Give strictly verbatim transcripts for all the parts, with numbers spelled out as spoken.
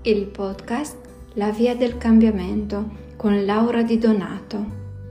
il podcast La Via del Cambiamento con Laura Di Donato.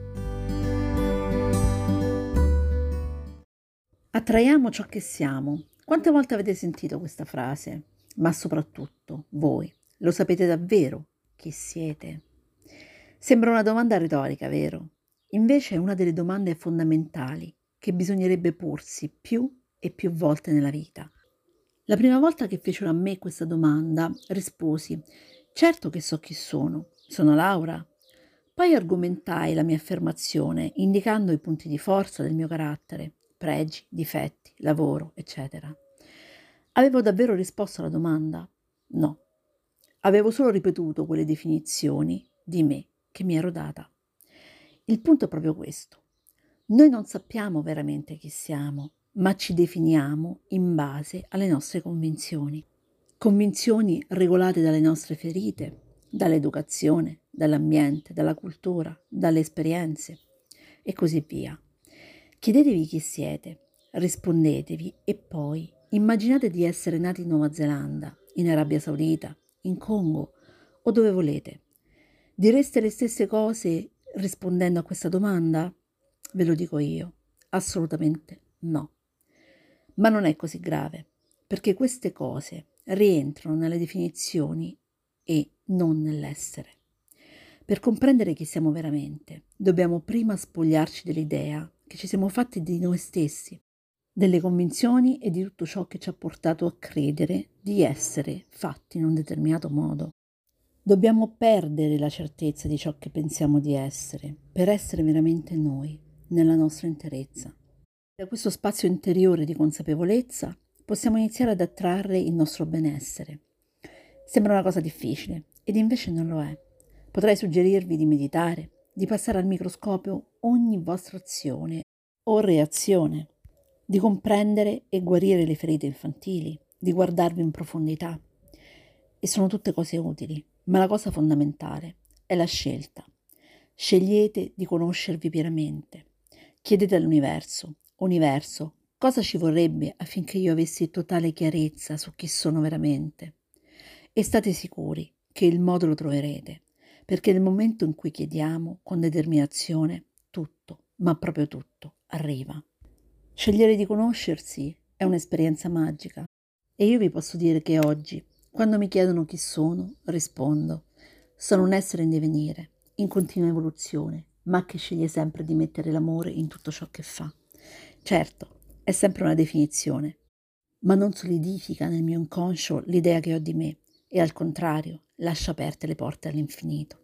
Attraiamo ciò che siamo. Quante volte avete sentito questa frase? Ma soprattutto voi, lo sapete davvero chi siete? Sembra una domanda retorica, vero? Invece è una delle domande fondamentali che bisognerebbe porsi più e più volte nella vita. La prima volta che fecero a me questa domanda risposi: certo che so chi sono, sono Laura. Poi argomentai la mia affermazione indicando i punti di forza del mio carattere, pregi, difetti, lavoro, eccetera. Avevo davvero risposto alla domanda? No. Avevo solo ripetuto quelle definizioni di me che mi ero data. Il punto è proprio questo. Noi non sappiamo veramente chi siamo, ma ci definiamo in base alle nostre convinzioni. Convinzioni regolate dalle nostre ferite, dall'educazione, dall'ambiente, dalla cultura, dalle esperienze e così via. Chiedetevi chi siete, rispondetevi e poi immaginate di essere nati in Nuova Zelanda, in Arabia Saudita, in Congo o dove volete. Direste le stesse cose rispondendo a questa domanda? Ve lo dico io, assolutamente no. Ma non è così grave, perché queste cose rientrano nelle definizioni e non nell'essere. Per comprendere chi siamo veramente, dobbiamo prima spogliarci dell'idea che ci siamo fatti di noi stessi, delle convinzioni e di tutto ciò che ci ha portato a credere di essere fatti in un determinato modo. Dobbiamo perdere la certezza di ciò che pensiamo di essere, per essere veramente noi, nella nostra interezza. Da questo spazio interiore di consapevolezza possiamo iniziare ad attrarre il nostro benessere. Sembra una cosa difficile, ed invece non lo è. Potrei suggerirvi di meditare, di passare al microscopio ogni vostra azione o reazione, di comprendere e guarire le ferite infantili, di guardarvi in profondità. E sono tutte cose utili, ma la cosa fondamentale è la scelta. Scegliete di conoscervi pienamente. Chiedete all'universo, universo, cosa ci vorrebbe affinché io avessi totale chiarezza su chi sono veramente? E state sicuri che il modo lo troverete, perché nel momento in cui chiediamo con determinazione, tutto, ma proprio tutto, arriva. Scegliere di conoscersi è un'esperienza magica e io vi posso dire che oggi, quando mi chiedono chi sono, rispondo: sono un essere in divenire, in continua evoluzione, ma che sceglie sempre di mettere l'amore in tutto ciò che fa. Certo, è sempre una definizione, ma non solidifica nel mio inconscio l'idea che ho di me e al contrario lascia aperte le porte all'infinito.